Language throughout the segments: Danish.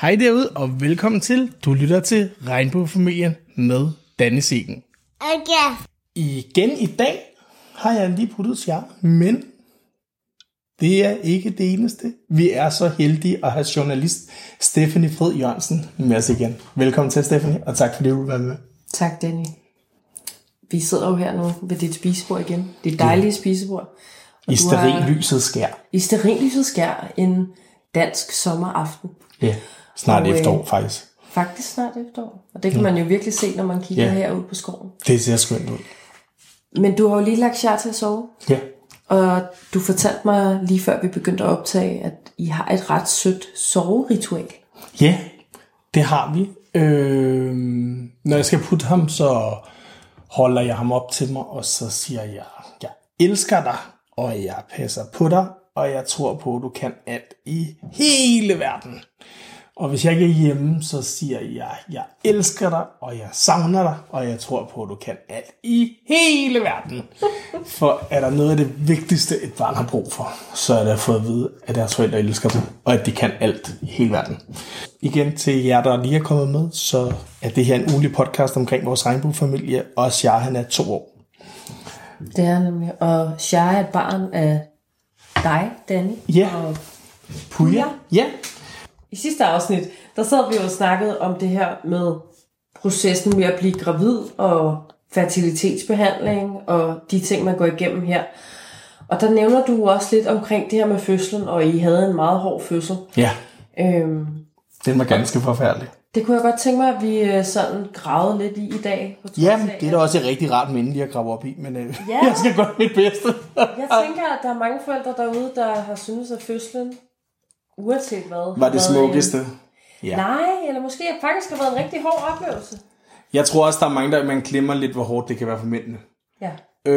Hej derude, og velkommen til. Du lytter til Regnbuefamilien med Danne Segen. Okay. Igen i dag har jeg lige puttet jer, men det er ikke det eneste. Vi er så heldige at have journalist Stephanie Frid Jørgensen med os igen. Velkommen til, Stephanie, og tak fordi du vil være med. Tak, Danny. Vi sidder jo her nu ved dit spisebord igen. Det dejlige spisebord. I stearinlysets skær. I stearinlysets skær en dansk sommeraften. Ja, snart efterår faktisk. Faktisk snart efterår. Og det kan man jo virkelig se, når man kigger herud på skoven. Det ser skønt ud. Men du har jo lige lagt jer til at sove. Ja. Og du fortalte mig lige før vi begyndte at optage, at I har et ret sødt soveritual. Ja, det har vi. Når jeg skal putte ham, så holder jeg ham op til mig, og så siger jeg elsker dig, og jeg passer på dig, og jeg tror på, at du kan alt i hele verden. Og hvis jeg ikke er hjemme, så siger jeg elsker dig, og jeg savner dig, og jeg tror på, at du kan alt i hele verden. For er der noget af det vigtigste, et barn har brug for, så er det at få at vide, at deres forældre elsker dem, og at de kan alt i hele verden. Igen til jer, der lige er kommet med, så er det her en ugenlig podcast omkring vores regnbuefamilie, og Shah, han er 2 år. Det er nemlig, og Shah er et barn af dig, Danny, og Puja. Ja. I sidste afsnit, der sad vi jo og snakkede om det her med processen med at blive gravid og fertilitetsbehandling og de ting, man går igennem her. Og der nævner du også lidt omkring det her med fødslen, og I havde en meget hård fødsel. Ja, den var ganske forfærdelig. Det kunne jeg godt tænke mig, at vi sådan gravede lidt i dag. Jamen, det er da også et rigtig rart minde lige at grave op i, men jeg skal gøre mit bedste. Jeg tænker, at der er mange forældre derude, der har syntes, at fødslen, uanset hvad, var det smukkeste. Ja. Nej, eller måske faktisk har været en rigtig hård oplevelse. Jeg tror også, der er mange, der man glemmer lidt, hvor hårdt det kan være for mændene. Ja.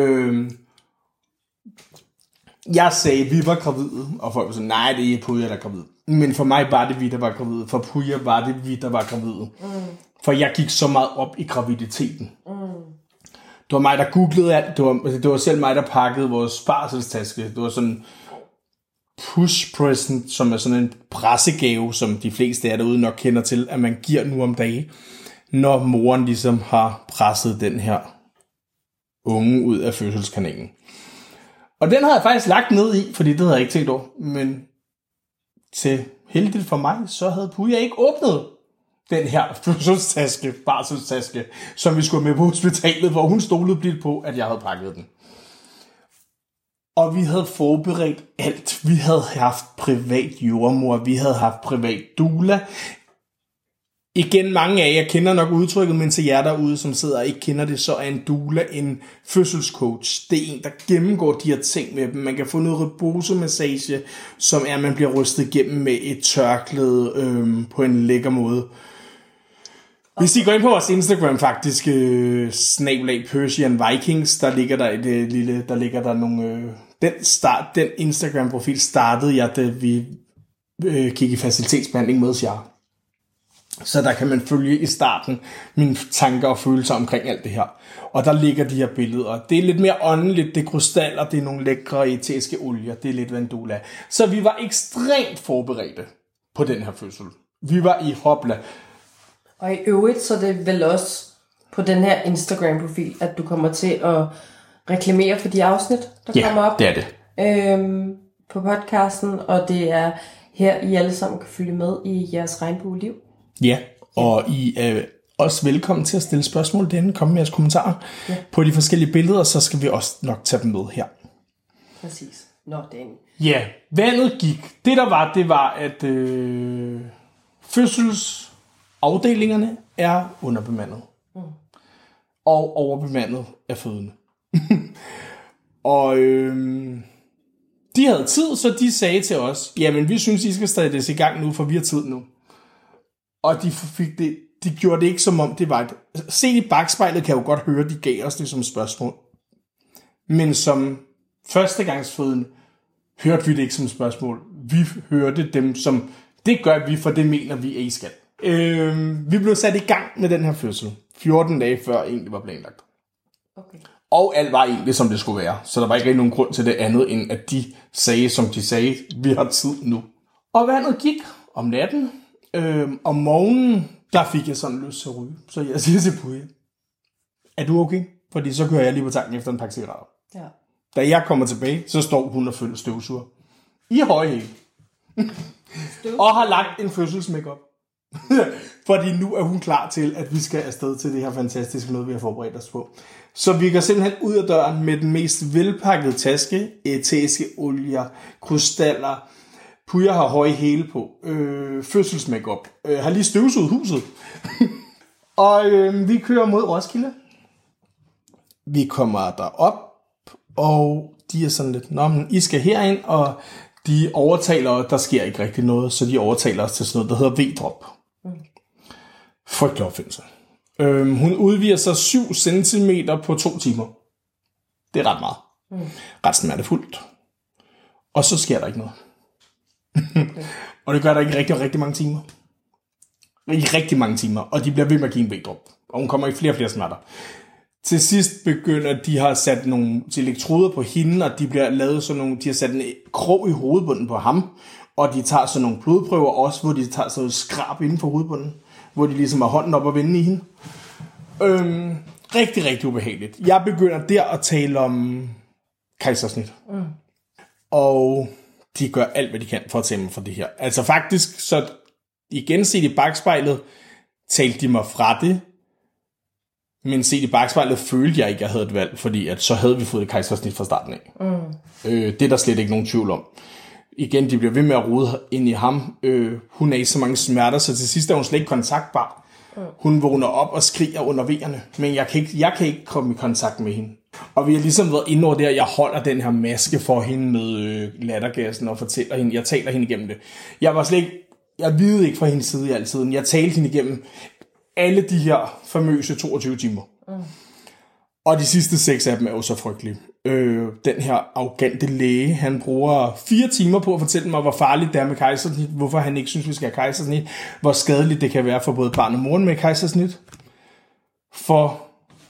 Jeg sagde, at vi var gravide, og folk var sådan, nej, det er Puja, der er gravid. Men for mig var det vi, der var gravide. For Puja var det vi, der var gravide. For jeg gik så meget op i graviditeten. Det var mig, der googlede alt. Det var selv mig, der pakkede vores barselstaske. Det var sådan push present, som er sådan en pressegave, som de fleste af derude nok kender til, at man giver nu om dagen, når moren ligesom har presset den her unge ud af fødselskanalen. Og den havde jeg faktisk lagt ned i, fordi det havde jeg ikke tænkt over. Men til heldigt for mig, så havde Puja ikke åbnet den her fødselstaske, barselstaske, som vi skulle med på hospitalet, hvor hun stolede blidt på, at jeg havde pakket den. Og vi havde forberedt alt. Vi havde haft privat jordmor, vi havde haft privat doula. Igen, mange af jer kender nok udtrykket, men til jer derude, som sidder og ikke kender det, så er en doula en fødselscoach. Det er en, der gennemgår de her ting med dem. Man kan få noget reposemassage, som er, at man bliver rystet igennem med et tørklæde på en lækker måde. Hvis I går ind på vores Instagram faktisk, @Persian Vikings, der ligger der nogle... Den Instagram-profil startede jeg, da vi kiggede i facilitetsbehandling med jer. Så der kan man følge i starten mine tanker og følelser omkring alt det her. Og der ligger de her billeder. Det er lidt mere åndeligt, det er krystaller, det er nogle lækre etæriske olier, det er lidt vandula. Så vi var ekstremt forberedte på den her fødsel. Vi var i hopla. Og i øvrigt, så det er vel også på den her Instagram-profil, at du kommer til at reklamere for de afsnit, der kommer op. Ja, det er det. På podcasten, og det er her, I alle sammen kan følge med i jeres regnbueliv. Ja, og I er også velkommen til at stille spørgsmål derinde. Kom med jeres kommentarer på de forskellige billeder, så skal vi også nok tage dem med her. Præcis. Nå, Danny. Ja, vandet gik. Det var, at fødselsafdelingerne er underbemandet. Og overbemandet af fødende. Og de havde tid, så de sagde til os, jamen vi synes, I skal sættes i gang nu, for vi har tid nu. Og de gjorde det ikke som om det var et... Se i bagspejlet kan jeg jo godt høre, de gav os det som spørgsmål. Men som førstegangsfødende hørte vi det ikke som spørgsmål. Vi hørte dem som, det gør vi, for det mener vi, at I skal. Vi blev sat i gang med den her fødsel 14 dage før egentlig var planlagt. Okay. Og alt var egentlig, som det skulle være. Så der var ikke rigtig nogen grund til det andet, end at de sagde, som de sagde, vi har tid nu. Og vandet gik om natten. Om morgenen, der fik jeg sådan lyst til at ryge. Så jeg siger til Puja, er du okay? Fordi så kører jeg lige på tanken efter en pakke cigaretter. Ja. Da jeg kommer tilbage, så står hun og følger støvsuger. I høje hæle. Og har lagt en fødselsmakeup. Fordi nu er hun klar til, at vi skal afsted til det her fantastiske noget, vi har forberedt os på. Så vi går simpelthen ud af døren med den mest velpakkede taske, æterskeolier, krystaller. Puja har høje hæle på. Fødselsmakeup. Har lige støvsuget huset. Og vi kører mod Roskilde. Vi kommer derop, og de er sådan lidt, nå, men I skal herind, og de overtaler, der sker ikke rigtig noget, så de overtaler os til sådan noget, der hedder V-drop. Frygtelig opfindelse. Hun udvider sig 7 cm på 2 timer. Det er ret meget. Ret smertefuldt. Og så sker der ikke noget. Okay. Og det gør der ikke rigtig mange timer. Rigtig mange timer. Og de bliver ved med at give en V-drop. Og hun kommer i flere og flere smerter. Til sidst begynder de har sat nogle elektroder på hende, og de har sat en krog i hovedbunden på ham, og de tager sådan nogle blodprøver også, hvor de tager sådan noget skrab inden for hovedbunden, hvor de ligesom har hånden op og vende i hende. Rigtig ubehageligt. Jeg begynder der at tale om kejsersnit. Og de gør alt, hvad de kan for at tage mig for det her. Altså faktisk, så igen set i bagspejlet, talte de mig fra det, men set i bagspejlet følte jeg ikke, at jeg havde et valg, fordi at så havde vi fået et kejsersnit fra starten af. Det er der slet ikke nogen tvivl om. Igen, de bliver ved med at rode ind i ham. Hun er i så mange smerter, så til sidst er hun slet ikke kontaktbar. Hun vågner op og skriger under vejerne, men jeg kan ikke komme i kontakt med hende. Og vi har ligesom været inde over det, jeg holder den her maske for hende med lattergassen og fortæller hende, jeg taler hende igennem det. Jeg videde ikke fra hendes side i altid, jeg talte hende igennem alle de her famøse 22 timer. Og de sidste 6 af dem er jo så frygtelige. Den her arrogante læge, han bruger 4 timer på at fortælle mig, hvor farligt det er med kejsersnit, hvorfor han ikke synes, vi skal have kejsersnit, hvor skadeligt det kan være for både barn og moren med kejsersnit, for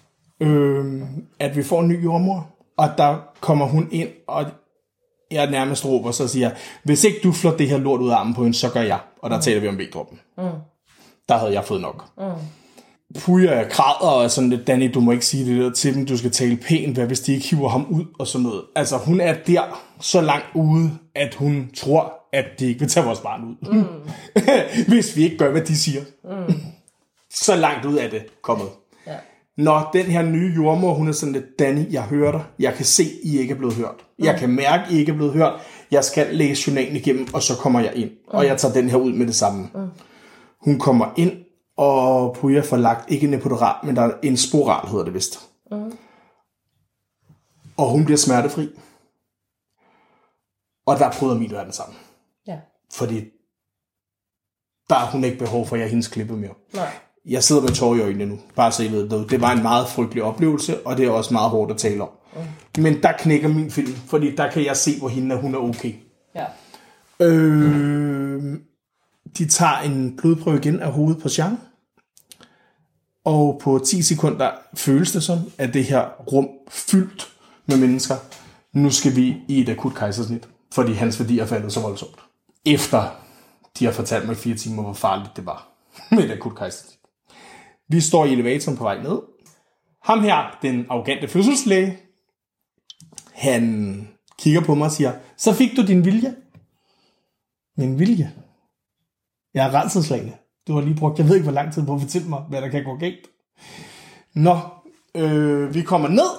at vi får en ny jordmor. Og der kommer hun ind, og jeg nærmest råber, så siger, hvis ikke du flår det her lort ud af armen på hende, så gør jeg. Og der taler vi om V-droppen. Der havde jeg fået nok. Puja græder og sådan lidt, Danny, du må ikke sige det der til dem, du skal tale pænt, hvad hvis de ikke hiver ham ud og sådan noget. Altså hun er der så langt ude, at hun tror, at de ikke vil tage vores barn ud. Hvis vi ikke gør, hvad de siger. Så langt ud af det kommet. Ja. Når den her nye jordmor, hun er sådan lidt, Danny, jeg hører dig, jeg kan se, I ikke er blevet hørt. Jeg kan mærke, I ikke er blevet hørt. Jeg skal læse journalen igennem, og så kommer jeg ind. Og jeg tager den her ud med det samme. Hun kommer ind, og Puja får lagt ikke en epidural, men der er en sporal, hedder det vist. Og hun bliver smertefri. Og der bryder min verden sammen. Ja. Fordi der har hun ikke behov for, at jeg hendes klippe mere. Nej. Jeg sidder med tårer i øjnene nu. Bare så I ved det. Det var en meget frygtelig oplevelse, og det er også meget hårdt at tale om. Men der knækker min film, fordi der kan jeg se, hvor hun er okay. Ja. De tager en blodprøve igen af hovedet på Jean. Og på 10 sekunder føles det som, at det her rum fyldt med mennesker. Nu skal vi i et akut kejsersnit, fordi hans værdi er faldet så voldsomt. Efter de har fortalt mig 4 timer, hvor farligt det var med et akut kejsersnit. Vi står i elevatoren på vej ned. Ham her, den arrogante fødselslæge, han kigger på mig og siger, så fik du din vilje. Min vilje? Jeg er rædselsslagen. Du har lige brugt, jeg ved ikke hvor lang tid på at fortælle mig, hvad der kan gå galt. Nå, vi kommer ned.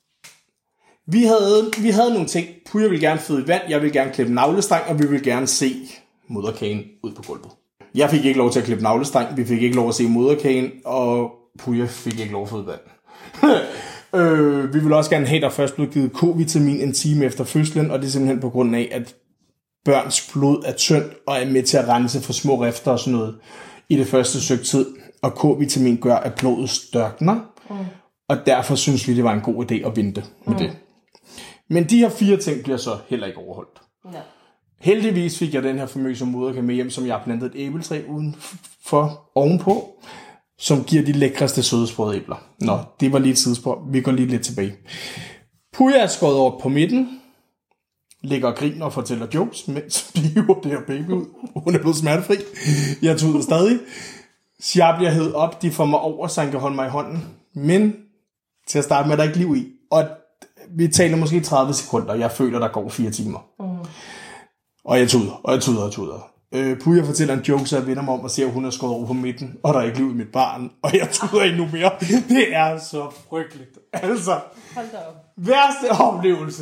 Vi havde nogle ting. Puja ville gerne føde i vand, jeg ville gerne klippe navlestang, og vi ville gerne se moderkagen ud på gulvet. Jeg fik ikke lov til at klippe navlestang, vi fik ikke lov at se moderkagen, og Puja fik ikke lov at føde vand. Vi ville også gerne have, der først blev givet K-vitamin en time efter fødslen, og det er simpelthen på grund af, at børns blod er tyndt og er med til at rense for små rifter og sådan noget i det første stykke tid. Og K-vitamin gør, at blodet størkner, og derfor synes vi, det var en god idé at vente med det. Men de her 4 ting bliver så heller ikke overholdt. Ja. Heldigvis fik jeg den her famøse moderkage med hjem, som jeg har plantet et æbletræ uden for ovenpå, som giver de lækreste sødesprøde æbler. Nå, det var lige et sidespor. Vi går lige lidt tilbage. Puja er skåret over på midten, ligger og griner og fortæller jokes, mens vi hiver det her baby ud. Hun er blevet smertefri. Jeg tuder stadig. Jeg bliver hævet op, de får mig over, så han kan holde mig i hånden. Men til at starte med, er der ikke liv i. Og vi taler måske 30 sekunder, og jeg føler, der går 4 timer. Og jeg tuder. Puja fortæller en joke, så jeg vender mig om og ser, at hun er skåret over på midten, og der er ikke liv i mit barn, og jeg tuder endnu mere. Det er så frygteligt. Altså, hold da op. Værste oplevelse.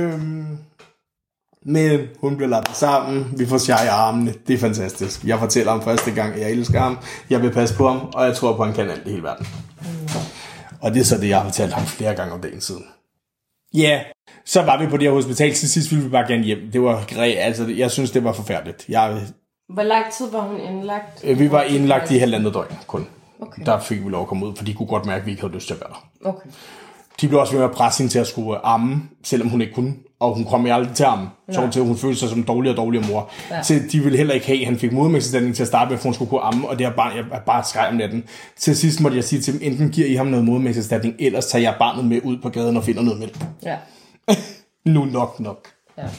Men hun bliver lappet sammen, vi får sjej i armene, det er fantastisk. Jeg fortæller ham første gang, at jeg elsker ham, jeg vil passe på ham, og jeg tror på, at han kan alt i hele verden. Og det er så det, jeg har fortalt ham flere gange om dagen siden. Ja, så var vi på det her hospital. Til sidst ville vi bare gerne hjem. Det var altså, jeg synes, det var forfærdeligt. Hvor lang tid var hun indlagt? Vi var indlagt i 1,5 døgn kun. Okay. Der fik vi lov at komme ud, for de kunne godt mærke, at vi ikke havde lyst til at være der. Okay. De blev også ved med at presse hende til at skulle amme, selvom hun ikke kunne. Og hun kom aldrig til at amme. Så til, hun følte sig som dårligere mor. Ja. Så de ville heller ikke have, at han fik modermælkserstatning til at starte med, for hun skulle kunne amme. Og det her barn, jeg bare skreg om natten. Til sidst måtte jeg sige til dem, enten giver I ham noget modermælkserstatning, ellers tager jeg barnet med ud på gaden og finder noget mælk. Ja. Nu nok. Ja.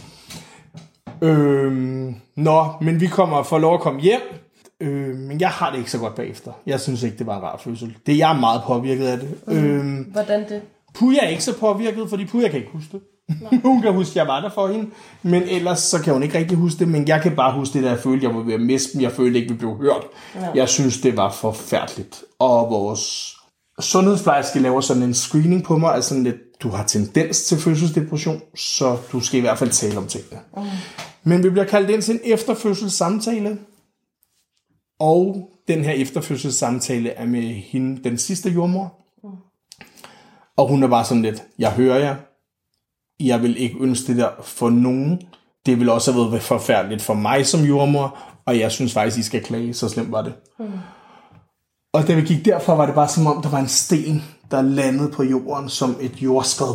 Men vi kommer for lov at komme hjem. Men jeg har det ikke så godt bagefter. Jeg synes ikke, det var en rar fødsel. Jeg er meget påvirket af det. Hvordan det? Puja er ikke så påvirket, fordi Puja kan ikke huske det. Hun kan huske, at jeg var der for hende, men ellers så kan hun ikke rigtig huske det. Men jeg kan bare huske det, der jeg følte, jeg var ved at miste dem. Jeg følte ikke, vi blev hørt. Ja. Jeg synes, det var forfærdeligt. Og vores sundhedsplejerske laver sådan en screening på mig, altså lidt, du har tendens til fødselsdepression, så du skal i hvert fald tale om tingene. Men vi bliver kaldt ind til en efterfødselssamtale, og den her efterfødselssamtale er med hende, den sidste jordmor. Og hun er bare sådan lidt, jeg hører jer, jeg vil ikke ønske det der for nogen. Det vil også have været forfærdeligt for mig som jordmor, og jeg synes faktisk, I skal klage, så slemt var det. Og da vi gik derfra, var det bare som om, der var en sten, der landede på jorden som et jordskred.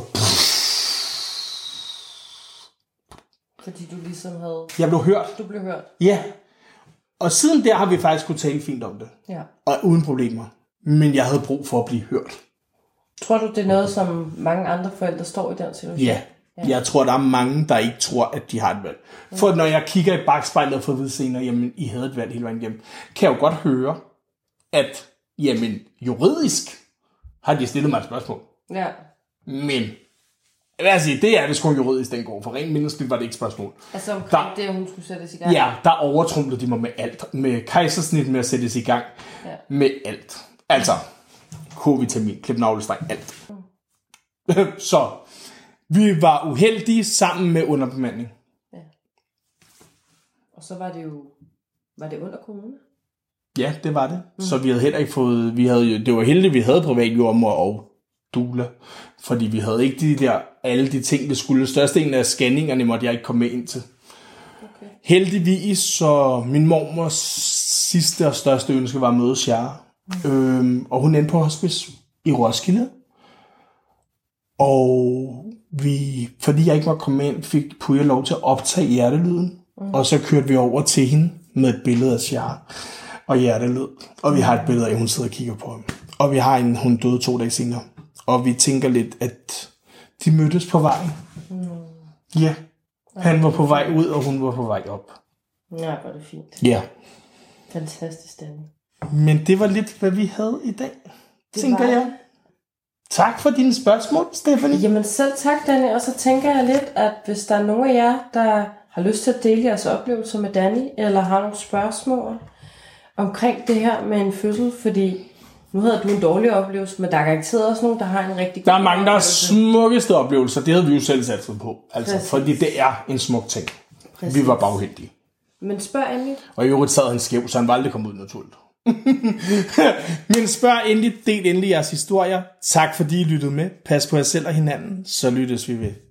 Fordi du ligesom havde... Jeg blev hørt. Du blev hørt. Ja. Og siden der har vi faktisk kunne tale fint om det. Ja. Og uden problemer. Men jeg havde brug for at blive hørt. Tror du, det er noget, som mange andre forældre står i den situation? Ja. Jeg tror, der er mange, der ikke tror, at de har et valg. For når jeg kigger i bagspejlet og får at vide senere, jamen, I havde et valg hele vejen igennem, kan jeg jo godt høre, at jamen, juridisk har de stillet mig et spørgsmål. Ja. Men, hvad jeg sige, det er det sgu juridisk, den går. For rent menneskeligt var det ikke et spørgsmål. Altså omkring det, hun skulle sættes i gang? Ja, der overtrumlede de mig med alt. Med kejsersnit, med at sættes i gang. Ja. Med alt. Altså, K-vitamin, klipnavlestreng, alt. Så, vi var uheldige sammen med underbemanding. Ja. Og så var det jo... Var det under corona? Ja, det var det. Så vi havde heller ikke fået... det var heldigt, vi havde privatjordmor og doula. Fordi vi havde ikke alle de ting, vi skulle. Størstedelen af scanningerne måtte jeg ikke komme med ind til. Okay. Heldigvis, så min mormors sidste og største ønske var at møde Shara. Og hun endte på hospice i Roskilde. Og fordi jeg ikke måtte komme ind, fik Puja lov til at optage hjertelyden. Og så kørte vi over til hende med et billede af Shara og hjertelyd. Og vi har et billede af, at hun sidder og kigger på ham. Og vi har en, hun døde 2 dage senere. Og vi tænker lidt, at de mødtes på vejen. Ja. Han var på vej ud, og hun var på vej op. Ja, var det fint. Ja. Fantastisk, Danny. Men det var lidt, hvad vi havde i dag, tænker jeg. Tak for dine spørgsmål, Stephanie. Jamen selv tak, Danny. Og så tænker jeg lidt, at hvis der er nogen af jer, der har lyst til at dele jeres oplevelser med Danny, eller har nogle spørgsmål omkring det her med en fødsel, fordi nu havde du en dårlig oplevelse, men der er garanteret også nogen, der har en rigtig god Der er mange, der har smukkeste oplevelser. Det havde vi jo selv sat på. Altså, fordi det er en smuk ting. Præcis. Vi var bare uheldige. Men spørg endelig. Og i øvrigt sad han skæv, så han var aldrig kommet ud naturligt. Men spørg endelig, del endelig jeres historier. Tak fordi I lyttede med. Pas på jer selv og hinanden, så lyttes vi ved